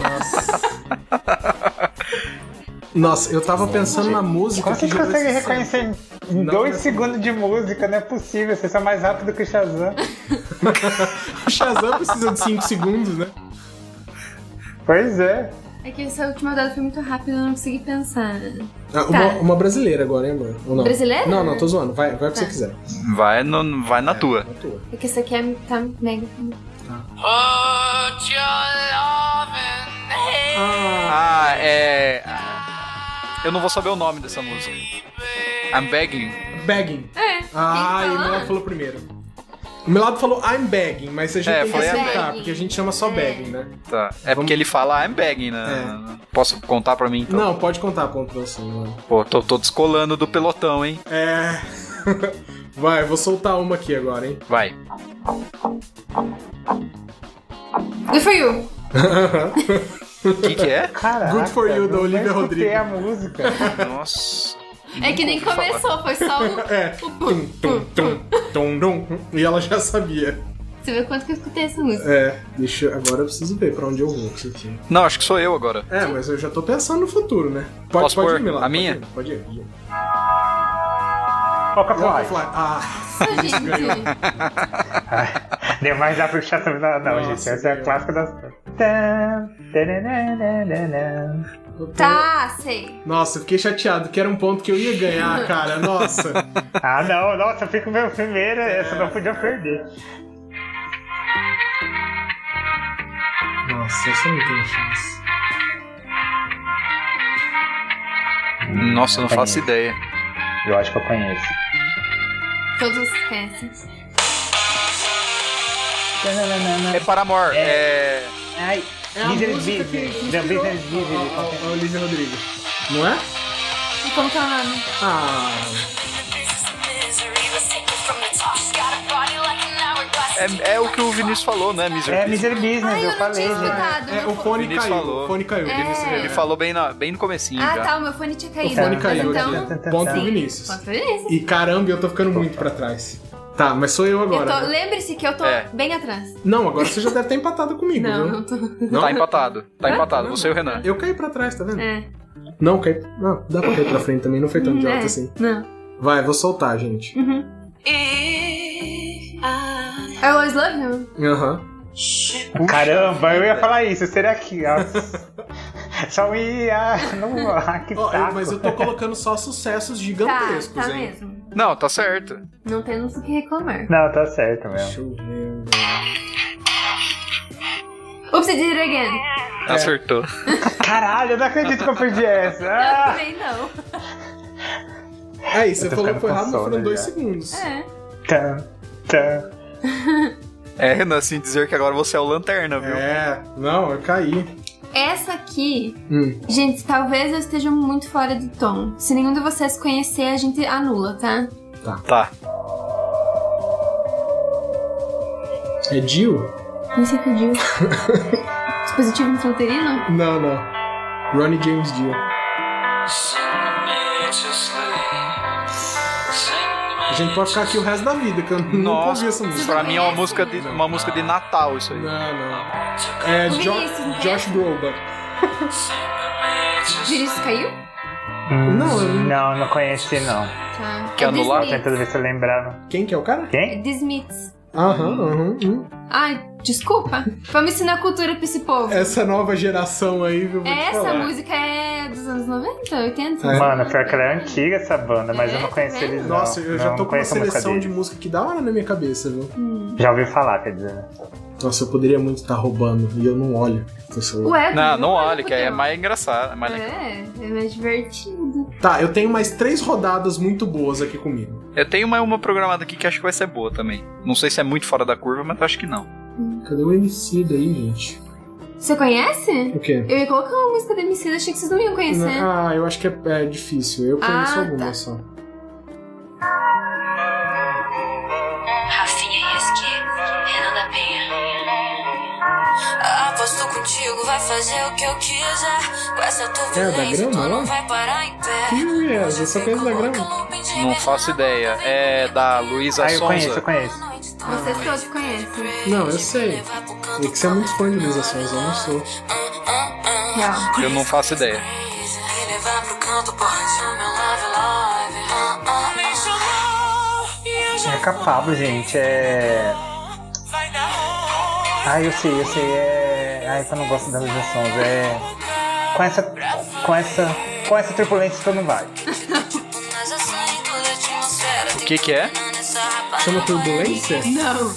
Nossa, eu tava pensando na música Como que vocês gerou conseguem esse reconhecer em Não, 2 não. segundos de música? Não é possível, vocês são mais rápido que o Shazam. O Shazam precisa de 5 segundos, né? Pois é. É que essa última rodada foi muito rápida, eu não consegui pensar. Ah, uma brasileira agora, hein, amor? Ou não? Brasileira? Não, tô zoando. Vai o que você Tá. quiser. Vai na tua. Na tua. É que essa aqui tá mega. Put your loving Eu não vou saber o nome dessa música. I'm Begging. Begging. É. Ai, quem não, falou? ela falou primeiro. O Melado falou I'm begging, mas a gente tem que falei aceitar, porque a gente chama só begging, né? Tá. Porque ele fala I'm begging, né? Posso contar pra mim, então? Não, pode contar ponto pra você, mano. Pô, tô descolando do pelotão, hein? Vai, vou soltar uma aqui agora, hein? Vai. Good for you. O que é? Caraca, Good for you, da Olivia Rodrigo. a música. Nossa. É que nem começou, foi só o Tum, tum, tum, tum, tum. E ela já sabia. Você vê quanto que eu escutei essa música. Agora eu preciso ver pra onde eu vou com isso aqui. Não, acho que sou eu agora. Mas eu já tô pensando no futuro, né? Posso pôr ir, Milano. a minha? Pode ir. Coca-Cola. Nossa, gente. Deu mais a puxação. Não, gente, essa é a clássica das... Tá, sei. Nossa, eu fiquei chateado, que era um ponto que eu ia ganhar, cara. Nossa. Não, nossa, eu fico meu primeiro, essa não podia perder. Nossa, essa não tem chance. Nossa, eu não faço ideia. Eu acho que eu conheço. Todos esquecem. É Paramore. Ai, Business Business. The Business Business. A Olivia Rodrigo. Não é? E como que é o nome? É o que o Vinícius falou, né? É Misery Business, eu falei, gente. O fone Vinícius caiu. falou. O fone caiu. Ele falou bem no comecinho já. Tá, o meu fone tinha caído. O fone caiu então... aqui. Ponto pro Vinícius. Ponto pro Vinícius. E caramba, eu tô ficando muito pra trás. Tá, mas sou eu agora. Né? Lembre-se que eu tô bem atrás. Não, agora você já deve estar empatado comigo, não, viu? Não tô. Não? Tá empatado. Tá empatado. Você e o Renan. Eu caí pra trás, tá vendo? É. Não, caí. Não, dá pra cair pra frente também, não foi tão idiota assim. Não. Vai, vou soltar, gente. I always love you. Caramba, eu ia falar isso, seria aqui, ó. Só ia. Que saco. Mas eu tô colocando só sucessos gigantescos, tá hein? mesmo. Não, tá certo. Não temos o que reclamar. Não, tá certo mesmo. Deixa eu ver. Oops, I did it again. Acertou. Caralho, eu não acredito que eu perdi essa. Eu também não. Aí, você falou que foi rápido, sono foram 2 já. segundos. Tá. Renan, assim dizer que agora você é o Lanterna, viu? Não, eu caí. Essa aqui, gente, talvez eu esteja muito fora do tom. Se nenhum de vocês conhecer, a gente anula, tá? Tá. É Jill? Não sei o que é Jill. Dispositivo intrauterino? Não. Ronnie James Dio. A gente pode ficar aqui o resto da vida, que eu nunca ouvi essa música. Pra mim é uma música de Natal, isso aí. Não. É Josh Groban. Vinícius caiu? Não conheci, não. Tá. Quer anular? Tentando ver se eu lembrava. Quem que é o cara? Quem? The Smiths. Ai, desculpa. Vamos ensinar cultura pra esse povo. Essa nova geração aí, viu? Essa música é dos anos 90, 80? Mano, pior que ela é antiga essa banda, mas eu não conheci eles não. Nossa, eu já tô com uma conheço a música seleção de deles. música que da hora na minha cabeça, viu? Já ouvi falar, quer dizer, né? Nossa, eu poderia muito estar roubando e eu não olho pro celular. Ué, Não olha, que aí é mais engraçado. É mais legal. É mais divertido. Tá, eu tenho mais 3 rodadas muito boas aqui comigo. Eu tenho uma programada aqui que acho que vai ser boa também. Não sei se é muito fora da curva, mas acho que não. Cadê o MC daí, gente? Você conhece? O quê? Eu ia colocar uma música da MC, achei que vocês não iam conhecer. Eu acho que é difícil. Eu conheço algumas só. Rafinha e SQ, Renan da Penha. Aposto contigo, vai fazer o que eu quiser. Com essa turbulência, tu não vai parar em pé. Que é? Eu só conheço da Grama. Não faço ideia. É da Luísa Sonza. Eu conheço. Vocês todos conhecem. Não, eu sei. É que você é muito fã de Luísa Sonza, eu não sou. Real. Eu não faço ideia. É Capablo, gente, eu sei, eu não gosto das versões, com essa turbulência tu não vai. O que é? Chama Turbulência? Não.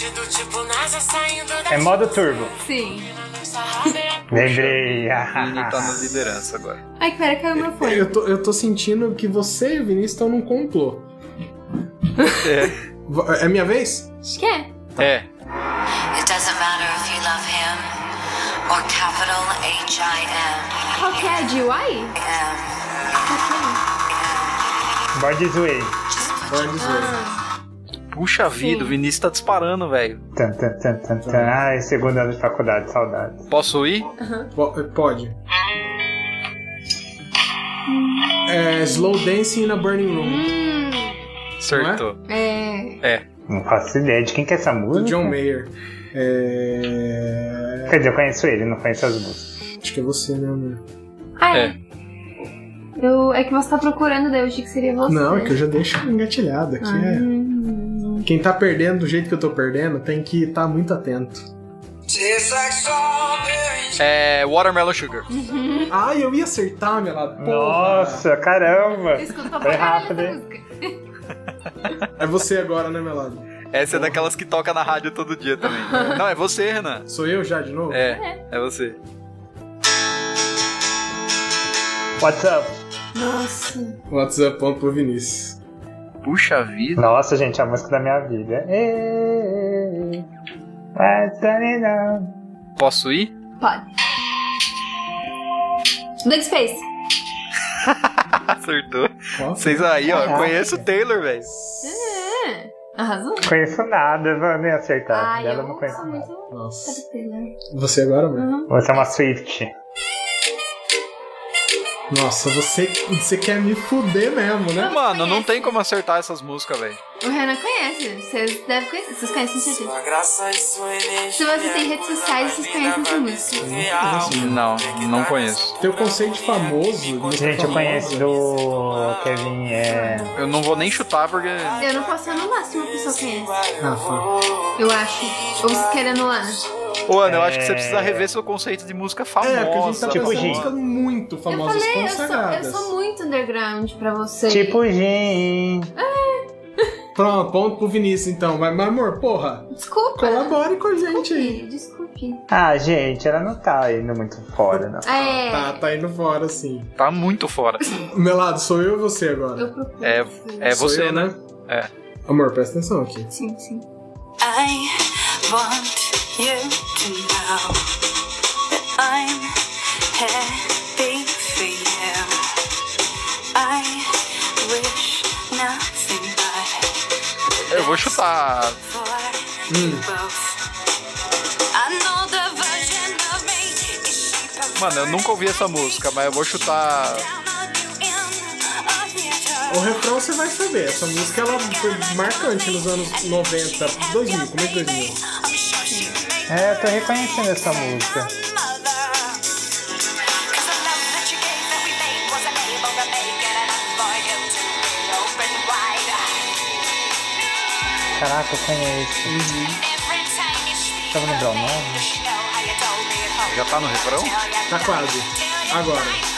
É modo turbo. Sim. Lembrei. Vini tá na liderança agora. Ai, pera, caiu meu fone. Eu tô sentindo que você e o Vinícius estão num complô. É minha vez? Acho que é. É. It doesn't matter if you love him or capital H-I-M. Qual que é? De UI? Born This Way. Puxa vida, o Vinícius tá disparando, velho. Ai, segundo ano de faculdade, saudade. Posso ir? Pode. Slow Dancing in a Burning Room. Acertou. Não faço ideia de quem que é essa música. Do John Mayer. Quer dizer, eu conheço ele, não conheço as músicas. Acho que é você, né, amor? É que você tá procurando, daí eu achei que seria você. Não, é que eu já deixo engatilhado aqui. Quem tá perdendo do jeito que eu tô perdendo tem que estar muito atento. É Watermelon Sugar. Ai, eu ia acertar, meu lado. Nossa, caramba. Foi rápido, hein? É você agora, né, Melado? Essa é daquelas que toca na rádio todo dia também. Não, é você, Renan. Sou eu já de novo? É você. What's up? Nossa. What's up, ponto pro Vinícius. Puxa vida. Nossa, gente, a música da minha vida. Posso ir? Pode. Blank Space. Acertou. Vocês aí, ó. Eu conheço o Taylor, velho. Arrasou. Conheço nada, vou nem acertar. Ai, Dela eu não conheço sou nada. muito... Nossa. Taylor. Você agora, mano? Você é uma Swift. Nossa, você quer me fuder mesmo, né? Mano, não tem como acertar essas músicas, velho. O Renan conhece. Vocês devem conhecer. Vocês conhecem, certeza. Se você tem redes sociais, vocês conhecem essa música. Não conheço. Teu conceito famoso. Gente, eu conheço do Kevin. Eu não vou nem chutar porque. Eu não posso anular se uma pessoa conhece. Ah, tá. Eu acho. Ou vocês querem anular? Ô, Ana, eu acho que você precisa rever seu conceito de música famosa. Porque a gente tá Tipo pensando em Gin. músicas muito famosas, eu consagradas. sou muito underground pra você. Tipo Gin. Pronto, ponto pro Vinícius então. Mas amor, porra, Desculpa. colabore com a gente aí. Desculpe. Ah, gente, ela não tá indo muito fora, não. Tá indo fora, sim. Tá muito fora. Melado, sou eu ou você agora? Eu procuro. É Sou você, eu, né? É. Amor, presta atenção aqui. Sim. I want you to know that I'm happy for you. I wish nothing but Eu vou chutar. for you both. I know the version of me is she Mano, eu nunca ouvi essa música, mas eu vou chutar. O refrão você vai saber. Essa música ela foi marcante nos anos 90, 2000, começo de 2000. Eu tô reconhecendo essa música. Caraca, eu conheço. Só vou lembrar o nome. Já tá no refrão? Tá quase. Agora.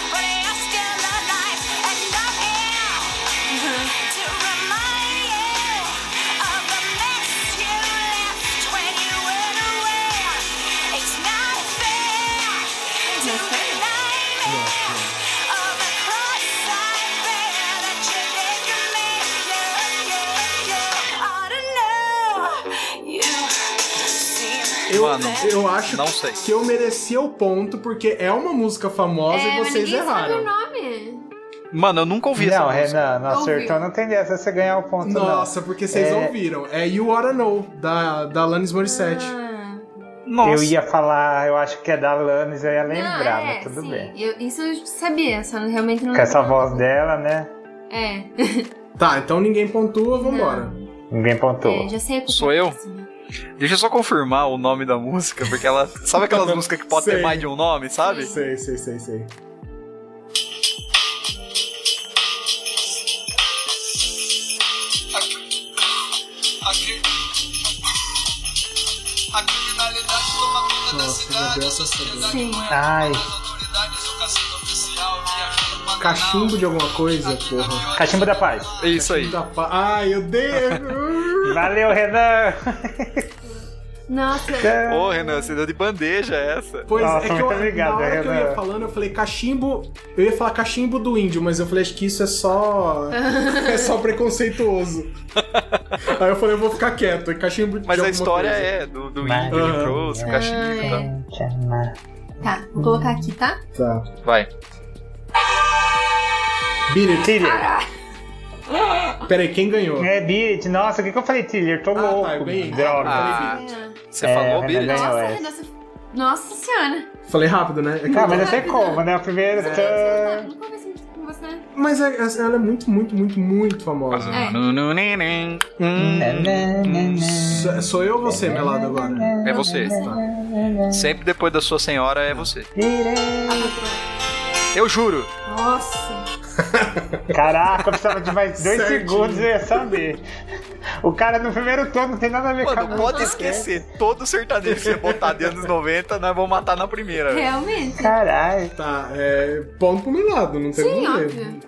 Eu acho não sei. que eu merecia o ponto, porque é uma música famosa e vocês erraram. Sabe o nome. Mano, eu nunca ouvi essa Não, música. Renan, não acertou, não tem dessa você ganhar o ponto, Nossa, porque vocês ouviram. É You Oughta Know, da Alanis Morissette. Nossa. Eu ia falar, eu acho que é da Alanis, eu ia lembrar, mas tudo sim. bem. Isso eu sabia, só realmente não... Com essa voz dela, né? Tá, então ninguém pontua, vambora. Ninguém pontuou. Já sei a Sou eu? Deixa eu só confirmar o nome da música, porque ela... Sabe aquelas músicas que pode ter mais de um nome, sabe? Sei. A criminalidade toma conta da cidade, a sociedade Ai, Cachimbo de alguma coisa, porra. Cachimbo da Paz. É isso aí. Ai, eu dei. Valeu, Renan. Nossa. Ô, Renan, você deu de bandeja essa. Pois Nossa, é que eu, muito obrigado, na hora que eu ia Renan. falando, eu falei cachimbo. Eu ia falar cachimbo do índio, mas eu falei, acho que isso é só. é só preconceituoso. Aí eu falei, eu vou ficar quieto. É cachimbo de Mas a alguma história coisa. é do índio, ele trouxe o cachimbo e tal. Tá, vou colocar aqui, tá? Tá. Vai. Beat it. Thriller. Peraí, quem ganhou? É Beat. Nossa, o que eu falei Thriller? Tô louco. tá, eu ganhei. Droga. Ah, É. você falou, Renan Billy? ganhou Nossa, essa. Renan, Nossa senhora. Falei rápido, né? É que Ah, mas eu sei como, né? O primeiro... Nunca conversei com você. Mas ela é muito, muito, muito, muito famosa. Sou eu ou você, Melado, agora? É você. Sempre depois da sua senhora é você. Eu juro. Nossa. Caraca, eu precisava de mais 2 Certinho. segundos e eu ia saber. O cara no primeiro tom não tem nada a ver com a Mano, música. pode esquecer. Todo sertanejo que você botar de anos 90, nós vamos matar na primeira. velho. Realmente. Caralho. Tá, ponto pro Melado, não tem Sim, problema. óbvio.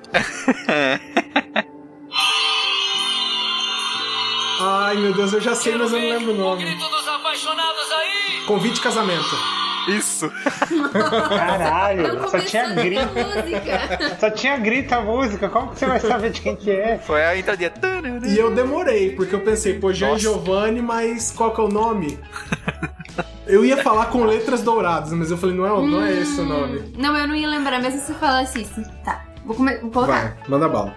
Ai, meu Deus, eu já sei, mas eu não lembro o nome. Todos apaixonados aí! Convite de casamento. Isso. Caralho, Não só tinha começando grito. com música. Só tinha grito a música. Como que você vai saber de quem que é? Foi a entradinha. E eu demorei, porque eu pensei, pô, Jean Nossa. Giovanni, mas qual que é o nome? Eu ia falar com letras douradas, mas eu falei, não é esse o nome. Não, eu não ia lembrar, mesmo se você falasse isso. Tá, vou colocar. Vai, manda bala.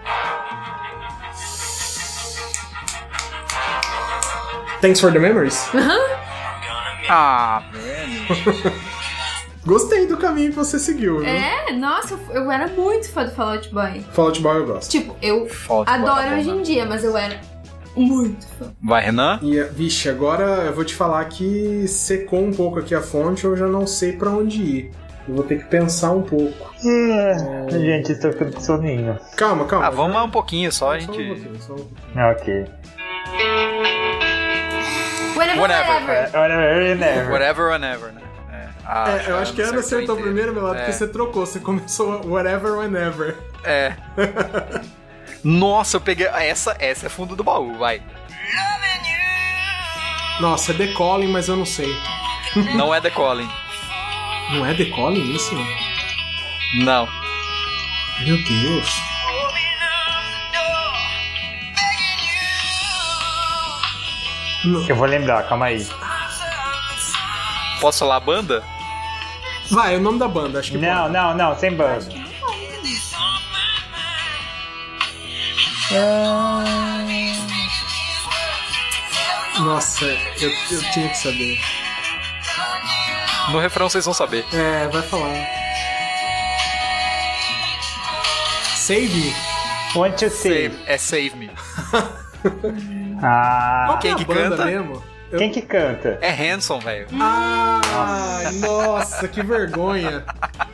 Thanks for the memories? Ah, velho. Gostei do caminho que você seguiu, viu? É, nossa, eu era muito fã do Fall Out Boy. Fall Out Boy eu gosto. Tipo, eu Fall Out Boy adoro é bom, hoje né? em dia, mas eu era muito fã. Vai, Renan? E, vixe, agora eu vou te falar que secou um pouco aqui a fonte, eu já não sei pra onde ir. Eu vou ter que pensar um pouco. Gente, estou ficando com soninho. Calma. Ah, vamos lá um pouquinho só, a Só um gente. pouquinho, só um pouquinho. Ok. Whatever. Whatever, never. Whatever or never, né? Eu acho que a Ana acertou inteiro. primeiro, Melado, porque você trocou. Você começou whatever, whenever. É. Nossa, eu peguei. Essa é fundo do baú, vai. Nossa, é The Calling, mas eu não sei. Não é The Calling. Não é The Calling isso? Não. Meu Deus. Eu vou lembrar, calma aí. Posso falar a banda? Vai, é o nome da banda, acho que pode. Não, sem banda. Nossa, eu tinha que saber. No refrão vocês vão saber. É, vai falar. Save Me. Want to save. É Save Me. Ah, Quem Quem é que a banda canta? mesmo? quem que canta? É Hanson, velho. Ah, nossa, que vergonha.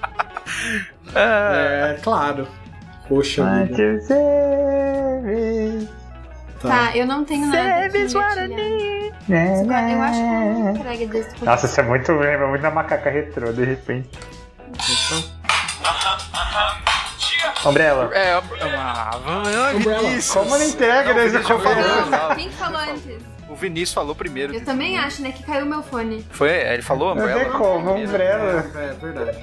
É, claro. Poxa Want vida. to save. Tá, eu não tenho nada aqui engatilhado. Eu acho que eu não entrega desse podcast. Nossa, isso é muito, lembra muito da macaca retrô, de repente. Umbrella. Vinícius. Como não entrega Não, desde o Vinícius já começo? falou. Quem que falou antes? O Vinícius falou primeiro. Eu também acho, né? Que caiu meu fone. Foi, ele falou Não Umbrella. tem como, Umbrella. É verdade.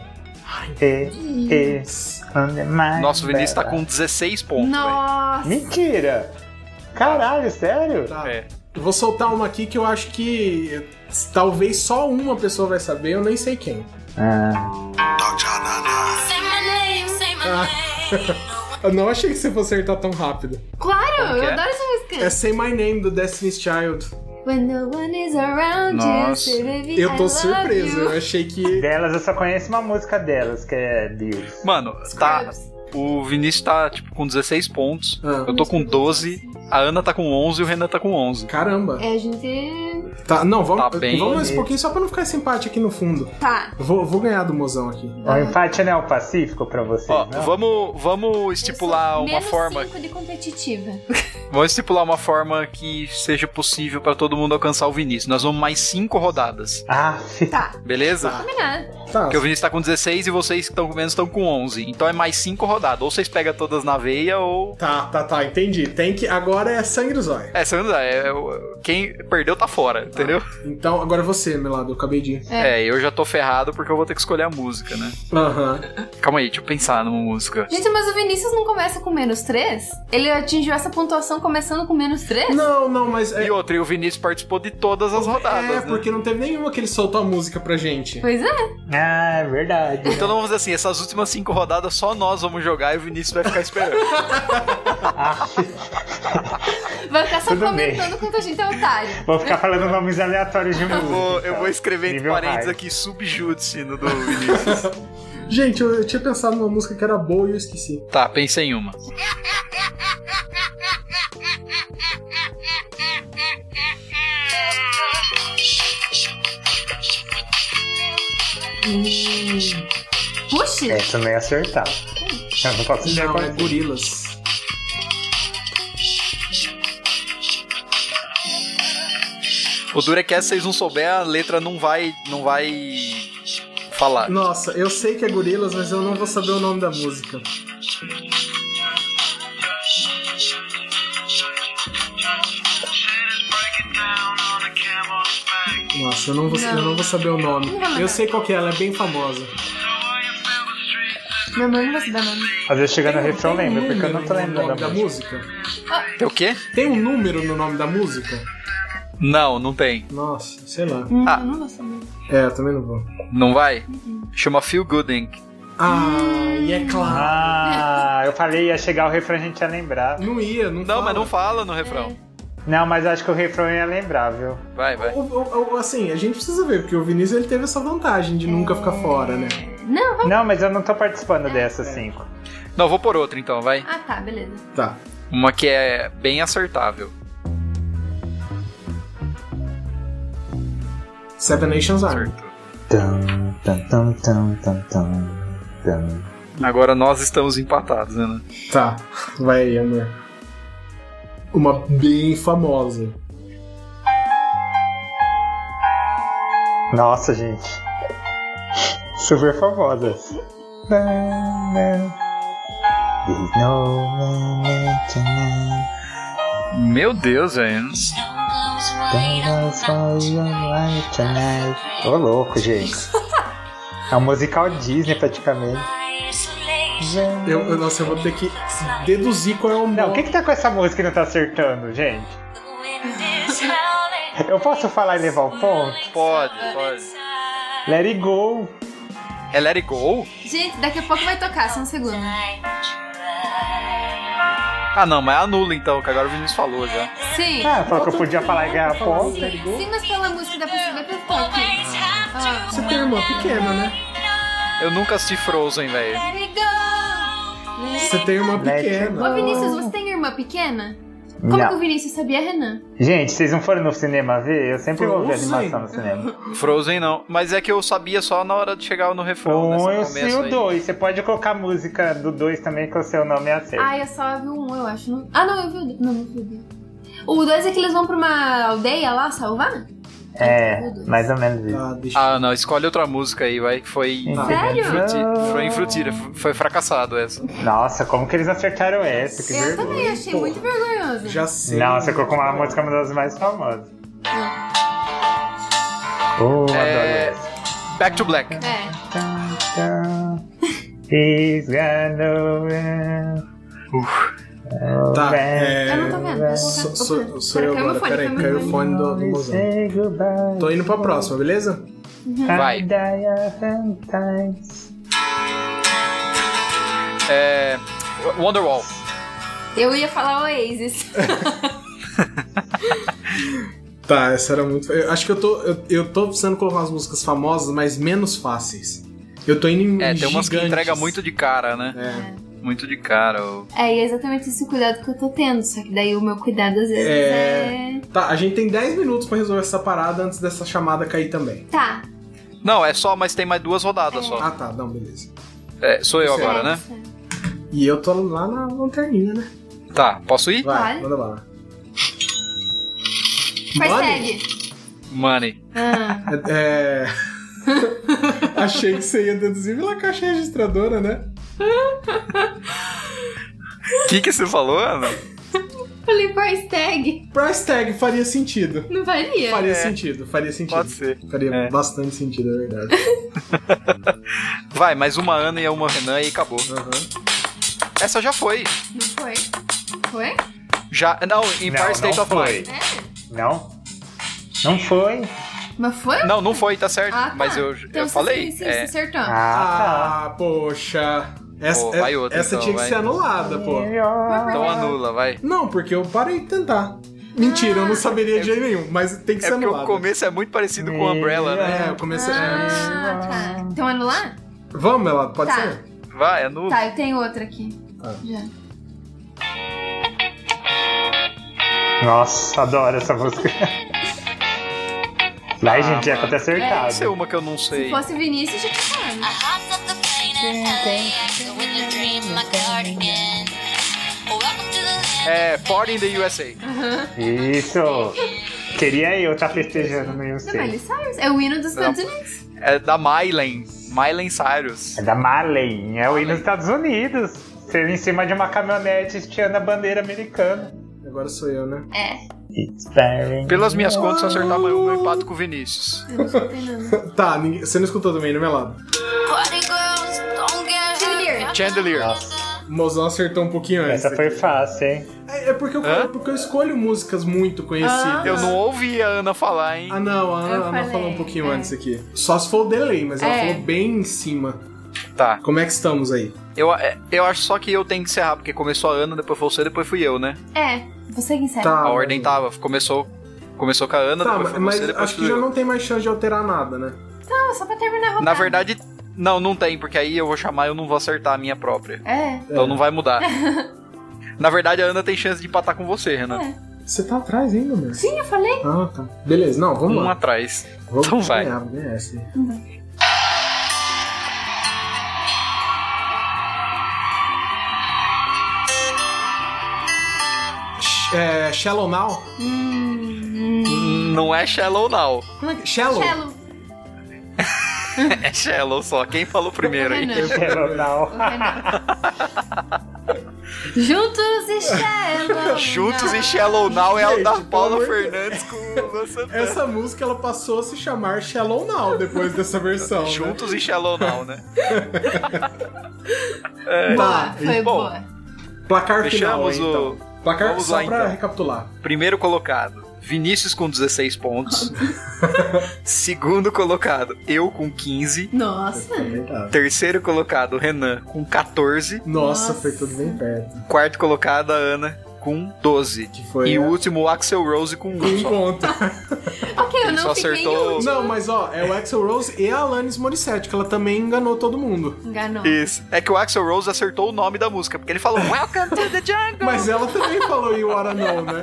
Under my Nossa, o Vinícius tá umbrella. com 16 pontos, velho. Nossa. Mentira! Caralho, sério? Tá. É. Eu vou soltar uma aqui que eu acho que talvez só uma pessoa vai saber, eu nem sei quem. Say my name, say my name. Eu não achei que você fosse acertar tão rápido. Claro, Como eu que é? adoro essa música. É Say My Name, do Destiny's Child. When no one is around you, Nossa. say, baby, Eu I tô love surpreso, you. eu achei que... Delas, eu só conheço uma música delas, que é Deus. Mano, tá. O Vinícius tá, tipo, com 16 pontos. Ah. Eu tô com 12. A Ana tá com 11 e o Renan tá com 11. Caramba. É, a gente... Tá, não, vamos, Tá bem. vamos mais um pouquinho só pra não ficar esse empate aqui no fundo. Tá. Eu vou ganhar do mozão aqui. O empate não é o Pacífico pra vocês, Ó, não? vamos estipular Eu sou uma menos forma. 5 de competitiva. Vamos estipular uma forma que seja possível pra todo mundo alcançar o Vinícius. Nós vamos mais 5 rodadas. Ah, Tá, Beleza? combinado. Tá. Porque o Vinícius tá com 16 e vocês que estão com menos estão com 11. Então é mais 5 rodadas. Ou vocês pegam todas na veia ou... Tá, entendi. Tem que... Agora é sangue do zóio. você não dá. Quem perdeu tá fora, entendeu? Então, agora você, Melado, eu acabei de... Eu já tô ferrado porque eu vou ter que escolher a música, né? Aham. Calma aí, deixa eu pensar numa música. Gente, mas o Vinícius não começa com -3? Ele atingiu essa pontuação começando com -3? Não, mas... E outra, e o Vinícius participou de todas as rodadas, né? porque não teve nenhuma que ele soltou a música pra gente. Pois é. é verdade. Então vamos dizer assim, essas últimas 5 rodadas só nós vamos jogar e o Vinícius vai ficar esperando. Vai ficar só Tudo comentando bem. quanto a gente é otário. Vou ficar falando nomes aleatórios de música. Eu vou escrever entre Nível parênteses hard. aqui, subjúdice no do Vinícius. Gente, eu tinha pensado numa música que era boa e eu esqueci. Tá, pensei em uma. Puxa! Essa não ia acertar. Eu não posso dizer Não, qual é Gorilas. O duro é que essa, se vocês não souber, a letra não vai falar. Nossa, eu sei que é Gorilas, mas eu não vou saber o nome da música. Nossa, eu não vou saber o nome. Eu sei qual que é, ela é bem famosa. Meu mãe não vai se dar nome. Às vezes chegando no refrão eu Tem um lembro, porque eu não tô número no lembrando nome da música? Tem o quê? Tem um número no nome da música? Não tem. Nossa, sei lá. Eu não vou saber. Eu também não vou. Não vai? Chama Feel Good Inc. E é claro. Ah, eu falei ia chegar o refrão, a gente ia lembrar. Não ia, não Não, fala. mas não fala no refrão. Não, mas acho que o refrão ia lembrar, viu? Vai. Assim, a gente precisa ver, porque o Vinícius ele teve essa vantagem de nunca ficar fora, né? Não, vai. Não, mas eu não tô participando dessas 5. Não, vou por outra então, vai. Ah, tá, beleza. Tá. Uma que é bem acertável. Seven Nations Army. Acertou. Agora nós estamos empatados, né? Tá, vai aí, amor. Uma bem famosa. Nossa, gente. Super famosas. Meu Deus, velho. Ô, louco, gente. É um musical Disney, praticamente. Nossa, eu vou ter que deduzir qual é o Não, nome. o que tá com essa música e não tá acertando, gente? Eu posso falar e levar o ponto? Pode. Let it go. É Let It Go? Gente, daqui a pouco vai tocar, só um segundo. Ah, não, mas anula então, que agora o Vinícius falou já. Sim. Ah, falou que eu podia falar e ganhar ponto. Sim, mas pela música dá pra saber pelo toque. Você tem irmã pequena, né? Eu nunca assisti Frozen, velho. Let it go. Você tem irmã Let it pequena. Ô, Vinícius, você tem irmã pequena? Como Não. que o Vinícius sabia, Renan? Gente, vocês não foram no cinema ver? Eu sempre vou ver Frozen. animação no cinema. Frozen não. Mas é que eu sabia só na hora de chegar no refrão. Um, nessa eu sei começo o aí. 2. Você pode colocar a música do 2 também, que o seu nome é acerto. Ah, eu só vi um, eu acho. Não... Ah, não, eu vi o 2. Não vi o 2. O 2 é que eles vão pra uma aldeia lá salvar? É, mais ou menos isso. Tá, deixa Ah, não, escolhe outra música aí, vai. Que foi. Sério? Foi em Frutira. Foi fracassado essa. Nossa, como que eles acertaram essa? Que Eu vergonha. também achei muito vergonhoso. Já sei. Não, você colocou uma música uma das mais famosas. Oh, adoro essa. Back to Black. É. He's gonna Tá, Eu não tô vendo. Vou colocar. Sou eu agora, peraí, caiu o fone do mozão. Tô indo pra próxima, beleza? Vai. Wonderwall. Eu ia falar Oasis. Tá, essa era muito... Eu acho que eu tô precisando colocar umas músicas famosas, mas menos fáceis. Eu tô indo em Tem umas que gigantes. entrega muito de cara, né? Muito de cara. É, e é exatamente esse cuidado que eu tô tendo. Só que daí o meu cuidado às vezes é... Tá, a gente tem 10 minutos pra resolver essa parada antes dessa chamada cair também. Tá. Não, é só, mas tem mais 2 rodadas só. Ah, tá, não, beleza. Sou eu agora, né? Certo. E eu tô lá na lanterninha, né? Tá, posso ir? Vai, Vai. manda lá. Hashtag. Money. Achei que você ia deduzir pela caixa registradora, né? O que você falou, Ana? Falei price tag. Price tag faria sentido. Não varia? Faria sentido. Pode ser. Faria bastante sentido, é verdade. Vai, mais uma Ana e uma Renan e acabou. Essa já foi. Não foi? Foi? Já. Não, Empire State of Mind. Não? Não foi. Mas foi? Não foi, tá certo. Ah, tá. Mas eu Então, falei. Sim, você acertou. Poxa. vai outra, essa então, tinha que vai. ser anulada, pô. Então anula, vai. Não, porque eu parei de tentar. Mentira, eu não saberia de jeito nenhum, mas tem que É ser porque anulado. o começo é muito parecido com Umbrella, né? o começo Tá. Então anular? Vamos, Melado, pode Tá. ser? Vai, anula. Tá, eu tenho outra aqui. Já. Nossa, adoro essa música. Vai, gente, já até acertado. Pode ser uma que eu não sei. Se fosse Vinícius, já tinha falado. Hopped up the plane in LAX with a dream, my cardigan. Welcome to the land. É Party in the USA. Isso. Queria eu estar festejando no Não, USA. Miley Cyrus. É o hino dos Estados Unidos. É da Miley Cyrus. É da Marley, é o hino dos Estados Unidos. Você em cima de uma caminhonete estiando a bandeira americana. Agora sou eu, né? É. It's very Pelas minhas contas, se eu acertar uma, eu empato com o Vinícius. Eu não escutei nada. Tá, você não escutou também, né, Melado? Party girls, don't get Chandelier. Chandelier. O mozão acertou um pouquinho antes. Essa foi fácil, hein? É porque eu escolho músicas muito conhecidas. Eu não ouvi a Ana falar, hein? Ah, não, a Ana falei, falou um pouquinho antes aqui. Só se for o delay, mas ela falou bem em cima. Tá. Como é que estamos aí? Eu acho só que eu tenho que encerrar, porque começou a Ana, depois foi você, depois fui eu, né? É, você que encerra. Tá. A ordem tava. Começou com a Ana, Tá, depois foi mas você, depois acho que fui já eu. não tem mais chance de alterar nada, né? Não, só pra terminar a rodada. Na verdade, não tem, porque aí eu vou chamar e eu não vou acertar a minha própria. É. Então não vai mudar. Na verdade, a Ana tem chance de empatar com você, Renan. Você tá atrás ainda, meu? Sim, eu falei. Ah, tá. Beleza, não, vamos Um lá. atrás. Vamos Então vai. ganhar, vamos ganhar essa aí. Shallow Now? Não é Shallow, não. Shallow? Shallow. É Shallow só. Quem falou primeiro aí? Renan. Quero não. Juntos e Shallow. Juntos e Shallow Now é o da Gente, Paula pelo amor de Fernandes com o Luan Santana. Essa música ela passou a se chamar Shallow Now depois dessa versão. Né? Juntos e Shallow Now, né? Tá, Foi bom. boa. placar Fechamos final, o- então. Placar Vamos só lá, pra então. recapitular. Primeiro colocado, Vinícius com 16 pontos. Segundo colocado, eu com 15. Nossa. Terceiro colocado, Renan com 14. Nossa, foi tudo bem perto. Quarto colocado, a Ana com 12. Que foi E a- o último, o Axl Rose com 1 Um só. ponto. Ok, eu Ele não só fiquei acertou- em último. Não, mas ó, é o Axl Rose e a Alanis Morissette, que ela também enganou todo mundo. Enganou. Isso. É que o Axl Rose acertou o nome da música, porque ele falou Welcome to the Jungle. Mas ela também falou You Wanna Know, né?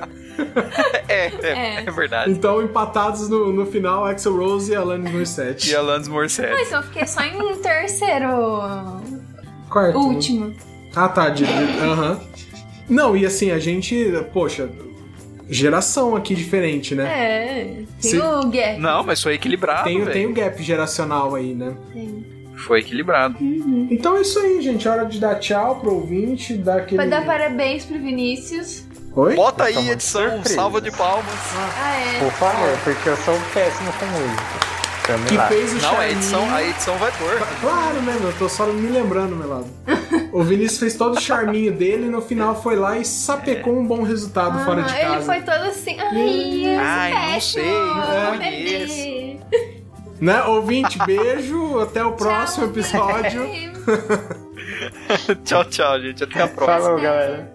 É verdade. Então, empatados no final, Axl Rose e Alanis Morissette. E Alanis Morissette. Mas eu fiquei só em terceiro. Quarto. né? Último. Ah, tá. Aham. Não, e assim, a gente... Poxa, geração aqui diferente, né? É. Tem Sim. o gap. Não, mas foi equilibrado, Tem velho. o gap geracional aí, né? Tem. Foi equilibrado. Então é isso aí, gente. Hora de dar tchau pro ouvinte, dar aquele... Pra dar parabéns pro Vinícius. Oi? Bota aí, muito edição, surpresa. salva de palmas. Ah, é. Por favor, porque eu sou péssimo com música. Vamos Que lá. fez o Não, a charminho. edição vai pôr. Claro, né, meu? Eu tô só me lembrando, meu lado. O Vinícius fez todo o charminho dele e no final foi lá e sapecou um bom resultado fora de casa. Ele foi todo assim. Ai, Ai, não péssimo, sei, não bebê. conheço. Né? Ouvinte, beijo. Até o próximo Tchau. episódio. Tchau, tchau, gente. Até a próxima. Falou, galera.